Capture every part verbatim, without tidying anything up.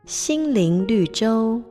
心灵绿洲。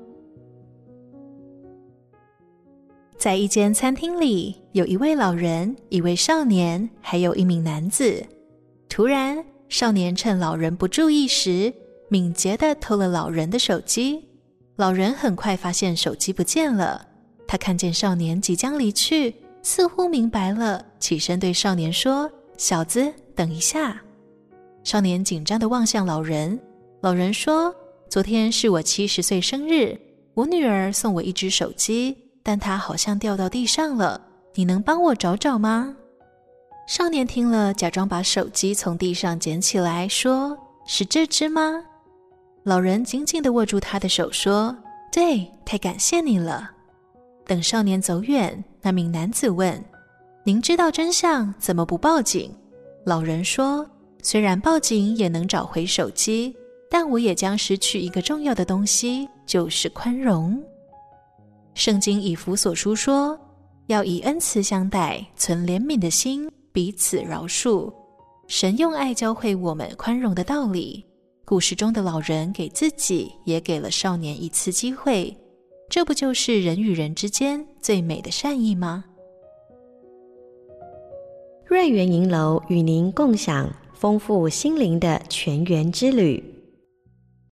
在一间餐厅里，有一位老人、一位少年，还有一名男子。突然，少年趁老人不注意时，敏捷地偷了老人的手机。老人很快发现手机不见了，他看见少年即将离去，似乎明白了，起身对少年说：“小子，等一下。”少年紧张地望向老人，老人说：“昨天是我七十岁生日，我女儿送我一只手机，但它好像掉到地上了，你能帮我找找吗？”少年听了，假装把手机从地上捡起来，说：“是这只吗？”老人紧紧地握住他的手，说：“对，太感谢你了。”等少年走远，那名男子问：“您知道真相，怎么不报警？”老人说：“虽然报警也能找回手机，但我也将失去一个重要的东西，就是宽容。”圣经以弗所书说，要以恩慈相待，存怜悯的心，彼此饶恕。神用爱教会我们宽容的道理。故事中的老人给自己也给了少年一次机会，这不就是人与人之间最美的善意吗？ 瑞园银楼与您共享丰富心灵的全员之旅。